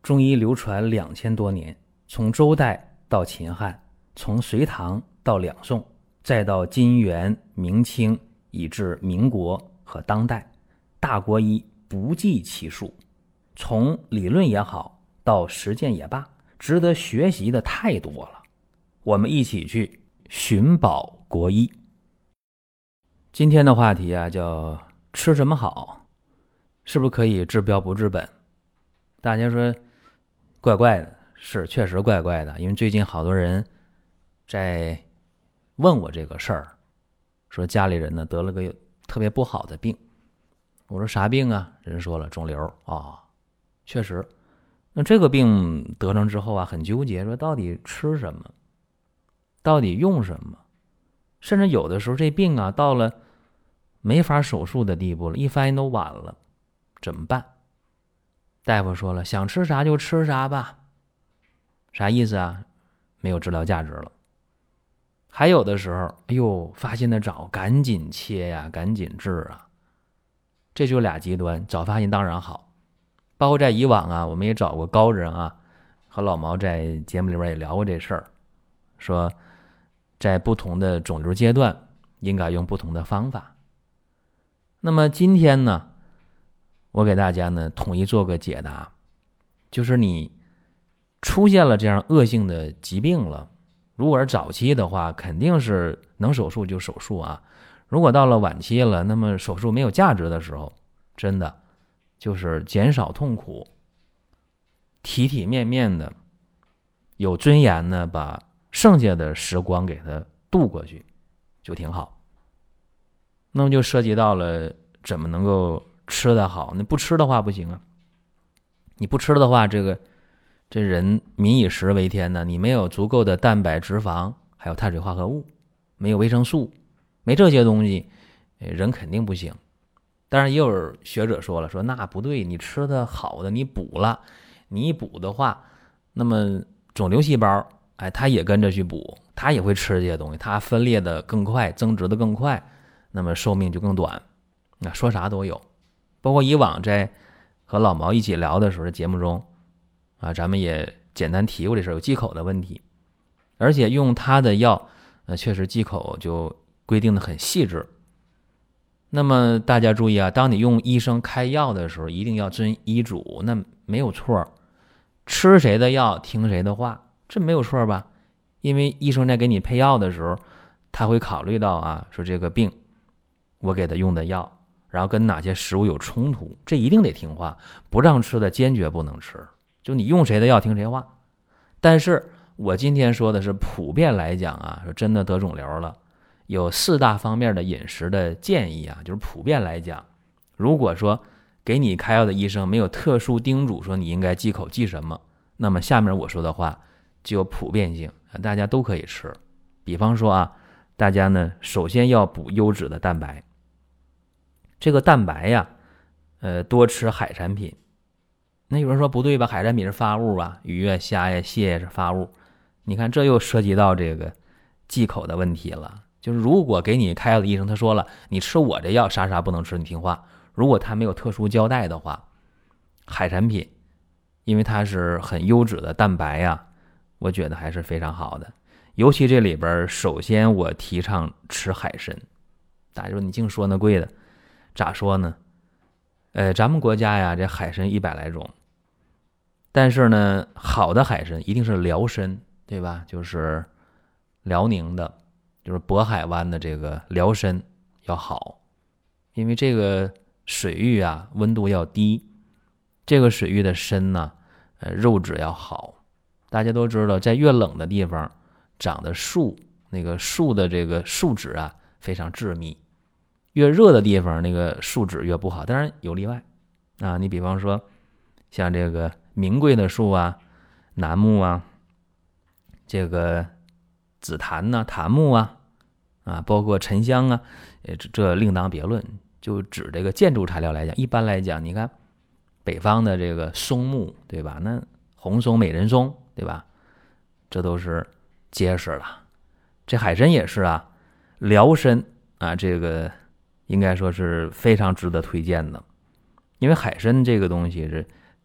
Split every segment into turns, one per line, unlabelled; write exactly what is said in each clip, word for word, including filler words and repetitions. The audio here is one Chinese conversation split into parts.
中医流传两千多年，从周代到秦汉，从隋唐到两宋，再到金元明清，以至民国和当代，大国医不计其数。从理论也好，到实践也罢，值得学习的太多了。我们一起去寻宝国医。今天的话题啊，叫吃什么好，是不是可以治标不治本？大家说怪怪的，是确实怪怪的，因为最近好多人在问我这个事儿，说家里人呢得了个特别不好的病。我说啥病啊？人说了肿瘤啊、哦，确实。那这个病得上之后啊，很纠结，说到底吃什么，到底用什么，甚至有的时候这病啊到了没法手术的地步了，一发现都晚了，怎么办？大夫说了，想吃啥就吃啥吧。啥意思啊？没有治疗价值了。还有的时候，哎呦，发现的早，赶紧切呀，赶紧治啊。这就俩极端，早发现当然好。包括在以往啊，我们也找过高人啊，和老毛在节目里边也聊过这事儿，说在不同的肿瘤阶段应该用不同的方法。那么今天呢，我给大家呢统一做个解答，就是你出现了这样恶性的疾病了，如果是早期的话，肯定是能手术就手术啊。如果到了晚期了，那么手术没有价值的时候，真的就是减少痛苦，体体面面的有尊严的把剩下的时光给它度过去，就挺好。那么就涉及到了怎么能够吃得好，那不吃的话不行啊。你不吃的话，这个这人民以食为天呢，你没有足够的蛋白、脂肪，还有碳水化合物，没有维生素，没这些东西，人肯定不行。当然也有学者说了，说那不对，你吃的好的，你补了，你一补的话，那么肿瘤细胞，哎，它也跟着去补，它也会吃这些东西，它分裂的更快，增殖的更快，那么寿命就更短。那说啥都有，包括以往在和老毛一起聊的时候，节目中啊，咱们也简单提过这事儿，有忌口的问题，而且用他的药，呃，确实忌口就规定的很细致。那么大家注意啊，当你用医生开药的时候，一定要遵医嘱，那没有错。吃谁的药，听谁的话，这没有错吧？因为医生在给你配药的时候，他会考虑到啊，说这个病我给他用的药，然后跟哪些食物有冲突，这一定得听话，不让吃的坚决不能吃。就你用谁的药听谁话。但是我今天说的是普遍来讲啊，说真的得肿瘤了，有四大方面的饮食的建议啊，就是普遍来讲，如果说给你开药的医生没有特殊叮嘱说你应该忌口忌什么，那么下面我说的话就有普遍性，大家都可以吃。比方说啊，大家呢首先要补优质的蛋白。这个蛋白呀，呃，多吃海产品。那有人说不对吧？海产品是发物吧？鱼呀、虾呀、蟹呀是发物。你看，这又涉及到这个忌口的问题了。就是如果给你开药的医生他说了，你吃我这药啥啥不能吃，你听话。如果他没有特殊交代的话，海产品，因为它是很优质的蛋白呀，我觉得还是非常好的。尤其这里边，首先我提倡吃海参。大家说你净说那贵的。咋说呢？呃，咱们国家呀，这海参一百来种，但是呢，好的海参一定是辽参，对吧？就是辽宁的，就是渤海湾的这个辽参要好，因为这个水域啊，温度要低，这个水域的参呢，呃，肉质要好。大家都知道，在越冷的地方长的树，那个树的这个树脂啊，非常致密。越热的地方，那个树脂越不好，当然有例外啊。你比方说，像这个名贵的树啊，楠木啊，这个紫檀呐、啊、檀木啊，啊，包括沉香啊，这这另当别论。就指这个建筑材料来讲，一般来讲，你看北方的这个松木，对吧？那红松、美人松，对吧？这都是结实了。这海参也是啊，辽参啊，这个。应该说是非常值得推荐的，因为海参这个东西是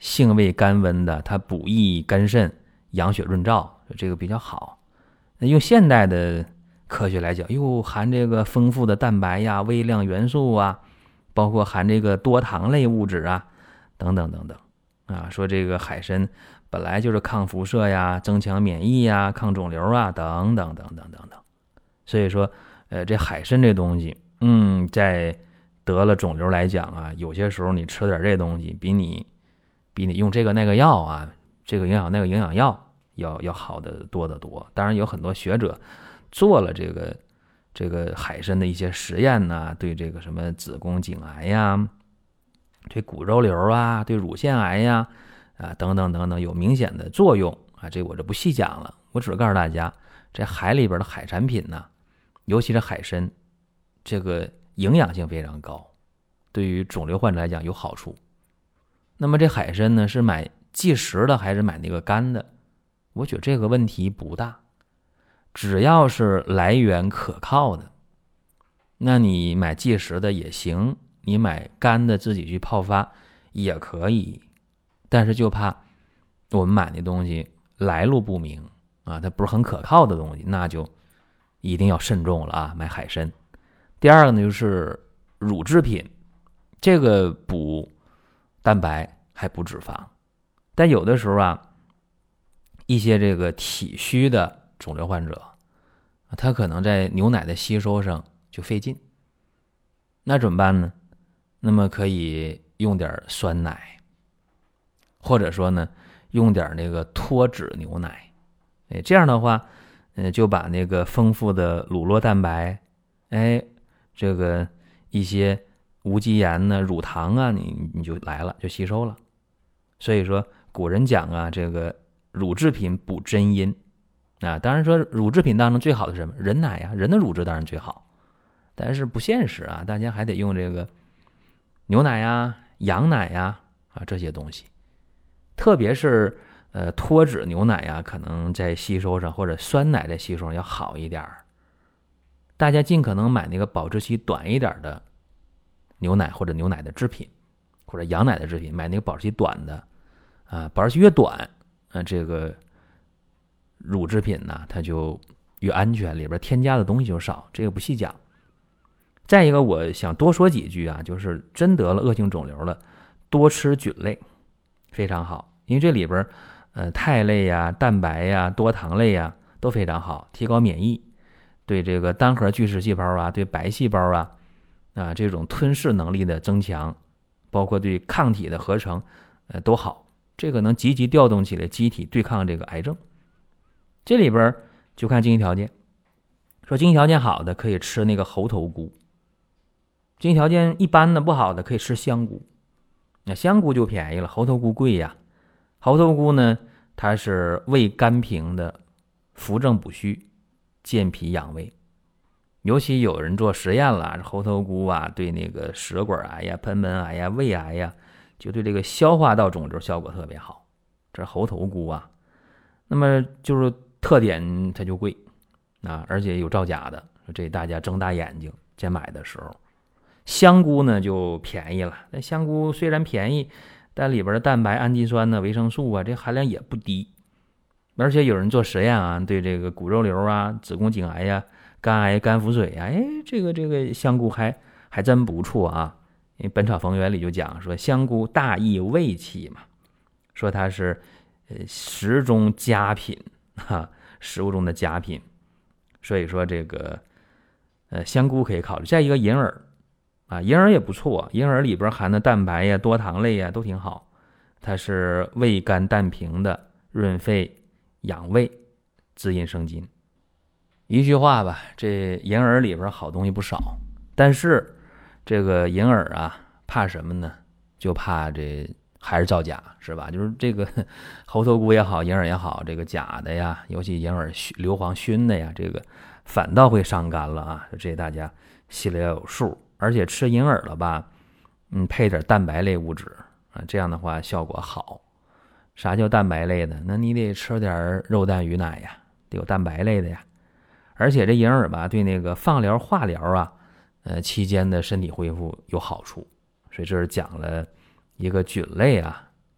性味甘温的，它补益肝肾，养血润燥，这个比较好。那用现代的科学来讲，哟，含这个丰富的蛋白呀、微量元素啊，包括含这个多糖类物质啊，等等等等啊，说这个海参本来就是抗辐射呀、增强免疫呀、抗肿瘤啊，等等等等等等。所以说，呃，这海参这东西，嗯，在得了肿瘤来讲啊，有些时候你吃点这东西，比你比你用这个那个药啊，这个营养那个营养药要要好的多得多。当然有很多学者做了这个这个海参的一些实验呢、啊，对这个什么子宫颈癌呀、对骨肉瘤啊、对乳腺癌呀啊等等等等有明显的作用啊，这我就不细讲了。我只告诉大家，这海里边的海产品呢，尤其是海参，这个营养性非常高，对于肿瘤患者来讲有好处。那么这海参呢，是买即食的还是买那个干的？我觉得这个问题不大，只要是来源可靠的，那你买即食的也行，你买干的自己去泡发也可以，但是就怕我们买那东西来路不明啊，它不是很可靠的东西，那就一定要慎重了啊！买海参。第二个呢，就是乳制品，这个补蛋白还补脂肪，但有的时候啊，一些这个体虚的肿瘤患者，他可能在牛奶的吸收上就费劲，那怎么办呢？那么可以用点酸奶，或者说呢，用点那个脱脂牛奶。哎，这样的话，呃，就把那个丰富的乳酪蛋白，哎，这个一些无机盐呢、乳糖啊，你你就来了，就吸收了。所以说，古人讲啊，这个乳制品补真阴啊。当然说，乳制品当中最好的是什么？人奶呀，人的乳质当然最好，但是不现实啊，大家还得用这个牛奶呀、羊奶呀啊这些东西，特别是。呃，脱脂牛奶呀、啊，可能在吸收上或者酸奶在吸收上要好一点。大家尽可能买那个保质期短一点的牛奶或者牛奶的制品，或者羊奶的制品，买那个保质期短的啊，保质期越短，啊，这个乳制品呢，它就越安全，里边添加的东西就少，这个不细讲。再一个，我想多说几句啊，就是真得了恶性肿瘤了，多吃菌类非常好，因为这里边。呃，肽类呀、蛋白呀、多糖类呀都非常好，提高免疫，对这个单核巨噬细胞啊、对白细胞啊啊这种吞噬能力的增强，包括对抗体的合成，呃都好。这个能积极调动起来机体对抗这个癌症。这里边就看经济条件，说经济条件好的可以吃那个猴头菇，经济条件一般的不好的可以吃香菇。那香菇就便宜了，猴头菇贵呀。猴头菇呢，它是味甘平的，扶正补虚，健脾养胃。尤其有人做实验了，猴头菇啊，对那个食管癌呀、贲门癌呀、胃癌呀，就对这个消化道肿瘤效果特别好。这是猴头菇啊，那么就是特点它就贵啊，而且有造假的，这大家睁大眼睛在买的时候。香菇呢就便宜了，那香菇虽然便宜。但里边的蛋白、氨基酸呢、维生素啊，这含量也不低。而且有人做实验啊，对这个骨肉瘤啊、子宫颈癌呀、肝癌、肝腹水啊，哎，这个这个香菇还还真不错啊。因为《本草纲要》里就讲说，香菇大益胃气嘛，说它是呃食中佳品哈，食物中的佳品。所以说这个呃香菇可以考虑。再一个银耳。啊，银耳也不错，银耳里边含的蛋白呀、多糖类呀都挺好，它是味甘淡平的，润肺养胃，滋阴生津。一句话吧，这银耳里边好东西不少，但是这个银耳啊，怕什么呢？就怕这还是造假，是吧？就是这个猴头菇也好，银耳也好，这个假的呀，尤其银耳硫磺熏的呀，这个反倒会伤肝了啊！这大家心里要有数。而且吃银耳了吧，嗯，配点蛋白类物质啊，这样的话效果好。啥叫蛋白类的？那你得吃点肉蛋鱼奶呀，得有蛋白类的呀。而且这银耳吧，对那个放疗、化疗啊，呃，期间的身体恢复有好处。所以这是讲了一个菌类啊，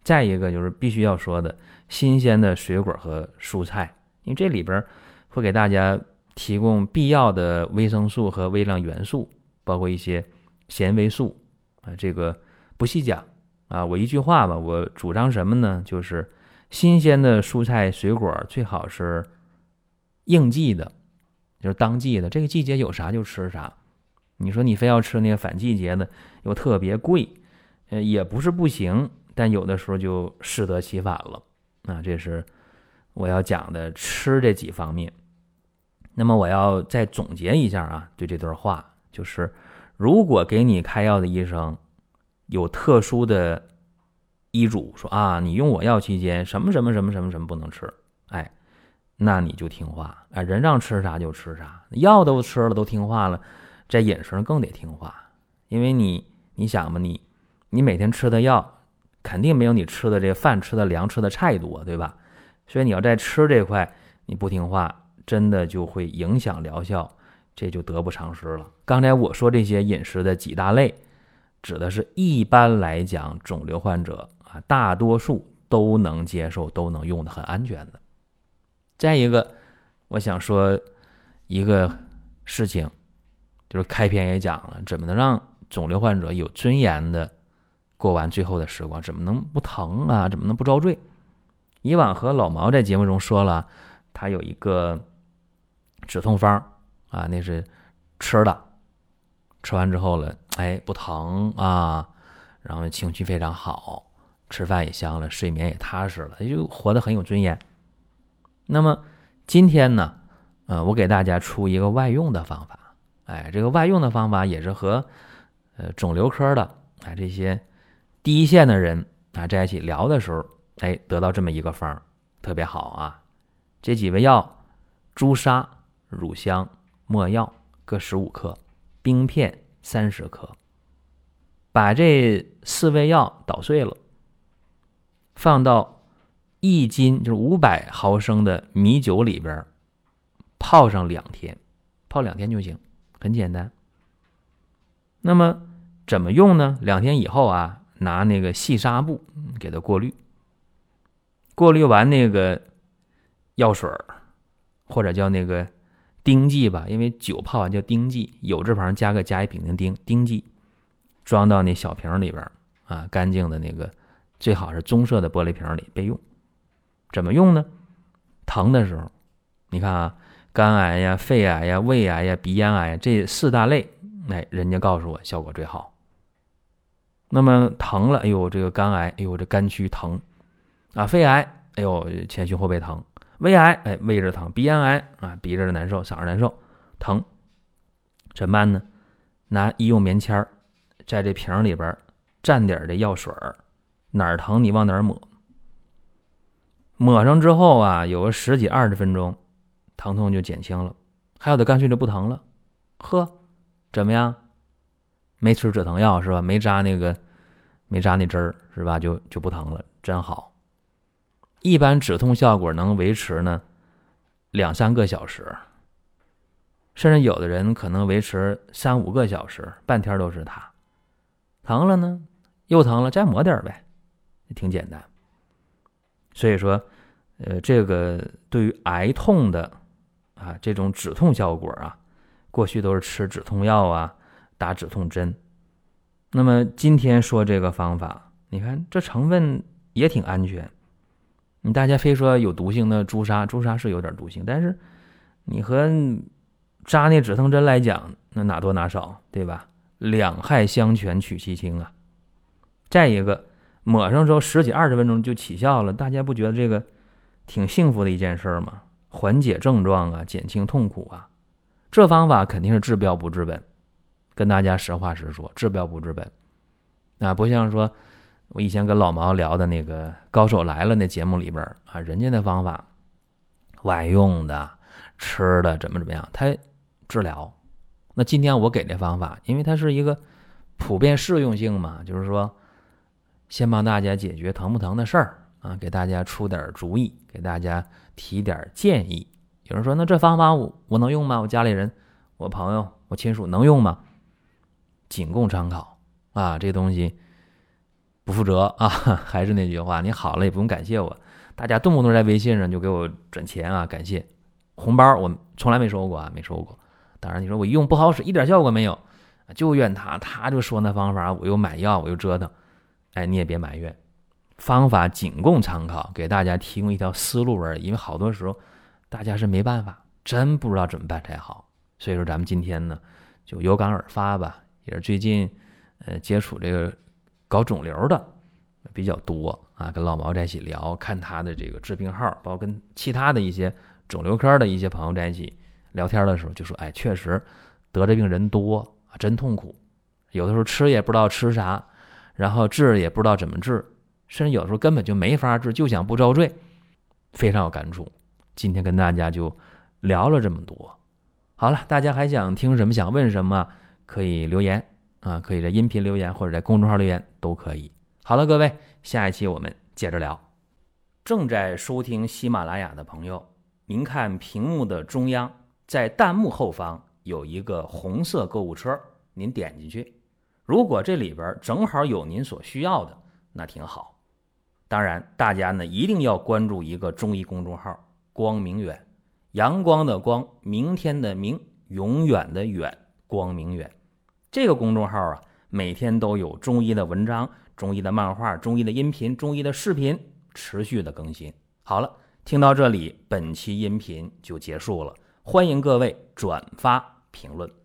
再一个就是必须要说的新鲜的水果和蔬菜，因为这里边会给大家提供必要的维生素和微量元素，包括一些纤维素啊，这个不细讲啊。我一句话吧，我主张什么呢？就是新鲜的蔬菜水果最好是应季的，就是当季的，这个季节有啥就吃啥。你说你非要吃那个反季节的，又特别贵，呃，也不是不行，但有的时候就适得其反了啊。这是我要讲的吃这几方面。那么我要再总结一下啊，对这段话，就是如果给你开药的医生有特殊的医嘱，说啊，你用我药期间什么什么什么什么什么不能吃，哎，那你就听话啊，人让吃啥就吃啥，药都吃了都听话了，在饮食上更得听话。因为你你想吧，你你每天吃的药肯定没有你吃的这饭吃的粮吃的菜多，对吧？所以你要在吃这块你不听话，真的就会影响疗效，这就得不偿失了。刚才我说这些饮食的几大类，指的是一般来讲肿瘤患者啊，大多数都能接受，都能用的很安全的。再一个，我想说一个事情，就是开篇也讲了，怎么能让肿瘤患者有尊严的过完最后的时光，怎么能不疼啊，怎么能不遭罪。以往和老毛在节目中说了，他有一个止痛方啊，那是吃的，吃完之后了，哎，不疼啊，然后情绪非常好，吃饭也香了，睡眠也踏实了，也就活得很有尊严。那么今天呢，呃，我给大家出一个外用的方法，哎，这个外用的方法也是和呃肿瘤科的哎这些第一线的人啊在一起聊的时候，哎，得到这么一个方，特别好啊。这几味药：朱砂、乳香、没药各十五克，冰片三十克。把这四味药捣碎了，放到一斤就是五百毫升的米酒里边，泡上两天，泡两天就行，很简单。那么怎么用呢？两天以后啊，拿那个细纱布给它过滤，过滤完那个药水或者叫那个丁剂吧，因为酒泡完叫丁剂，有字旁加个甲乙丙丁丁，丁剂，装到那小瓶里边啊，干净的那个，最好是棕色的玻璃瓶里备用。怎么用呢？疼的时候，你看啊，肝癌呀、肺癌呀、胃癌呀、鼻咽癌这四大类，哎，人家告诉我效果最好。那么疼了，哎呦，这个肝癌，哎呦，这肝区疼啊；肺癌，哎呦，前胸后背疼；胃癌，哎，胃着疼；鼻咽癌啊，鼻着难受，嗓子难受，疼。怎么办呢？拿医用棉签在这瓶里边蘸点这药水，哪儿疼你往哪儿抹。抹上之后啊，有个十几二十分钟，疼痛就减轻了，还有的干脆就不疼了。呵，怎么样？没吃止疼药是吧？没扎那个，没扎那针儿是吧？就就不疼了，真好。一般止痛效果能维持呢两三个小时，甚至有的人可能维持三五个小时，半天都是它。疼了呢，又疼了，再抹点呗，挺简单。所以说，呃，这个对于癌痛的啊这种止痛效果啊，过去都是吃止痛药啊，打止痛针。那么今天说这个方法，你看这成分也挺安全。你大家非说有毒性的朱砂，朱砂是有点毒性，但是你和扎那止痛针来讲，那哪多哪少，对吧？两害相权取其轻啊。再一个，抹上之后十几二十分钟就起效了，大家不觉得这个挺幸福的一件事吗？缓解症状啊，减轻痛苦啊，这方法肯定是治标不治本。跟大家实话实说，治标不治本啊，不像说我以前跟老毛聊的那个高手来了那节目里边啊，人家的方法外用的吃的怎么怎么样，他治疗。那今天我给这方法，因为它是一个普遍适用性嘛，就是说先帮大家解决疼不疼的事儿啊，给大家出点主意，给大家提点建议。有人说那这方法我我能用吗？我家里人、我朋友、我亲属能用吗？仅供参考啊，这东西不负责啊！还是那句话，你好了也不用感谢我，大家动不动在微信上就给我转钱啊，感谢红包，我从来没收过啊，没收过。当然你说我用不好使，一点效果没有，就怨他，他就说那方法，我又买药，我又折腾，哎，你也别埋怨，方法仅供参考，给大家提供一条思路而已。因为好多时候大家是没办法，真不知道怎么办才好。所以说咱们今天呢，就有感而发吧，也是最近呃接触这个搞肿瘤的比较多啊，跟老毛在一起聊，看他的这个治病号，包括跟其他的一些肿瘤科的一些朋友在一起聊天的时候，就说，哎，确实得这病人多啊，真痛苦，有的时候吃也不知道吃啥，然后治也不知道怎么治，甚至有时候根本就没法治，就想不遭罪，非常有感触。今天跟大家就聊了这么多。好了，大家还想听什么，想问什么，可以留言啊，可以在音频留言或者在公众号留言都可以。好了，各位，下一期我们接着聊。正在收听喜马拉雅的朋友，您看屏幕的中央，在弹幕后方有一个红色购物车，您点进去，如果这里边正好有您所需要的，那挺好。当然大家呢一定要关注一个中医公众号光明远，阳光的光，明天的明，永远的远，光明远。这个公众号啊，每天都有中医的文章、中医的漫画、中医的音频、中医的视频持续的更新。好了，听到这里，本期音频就结束了，欢迎各位转发评论。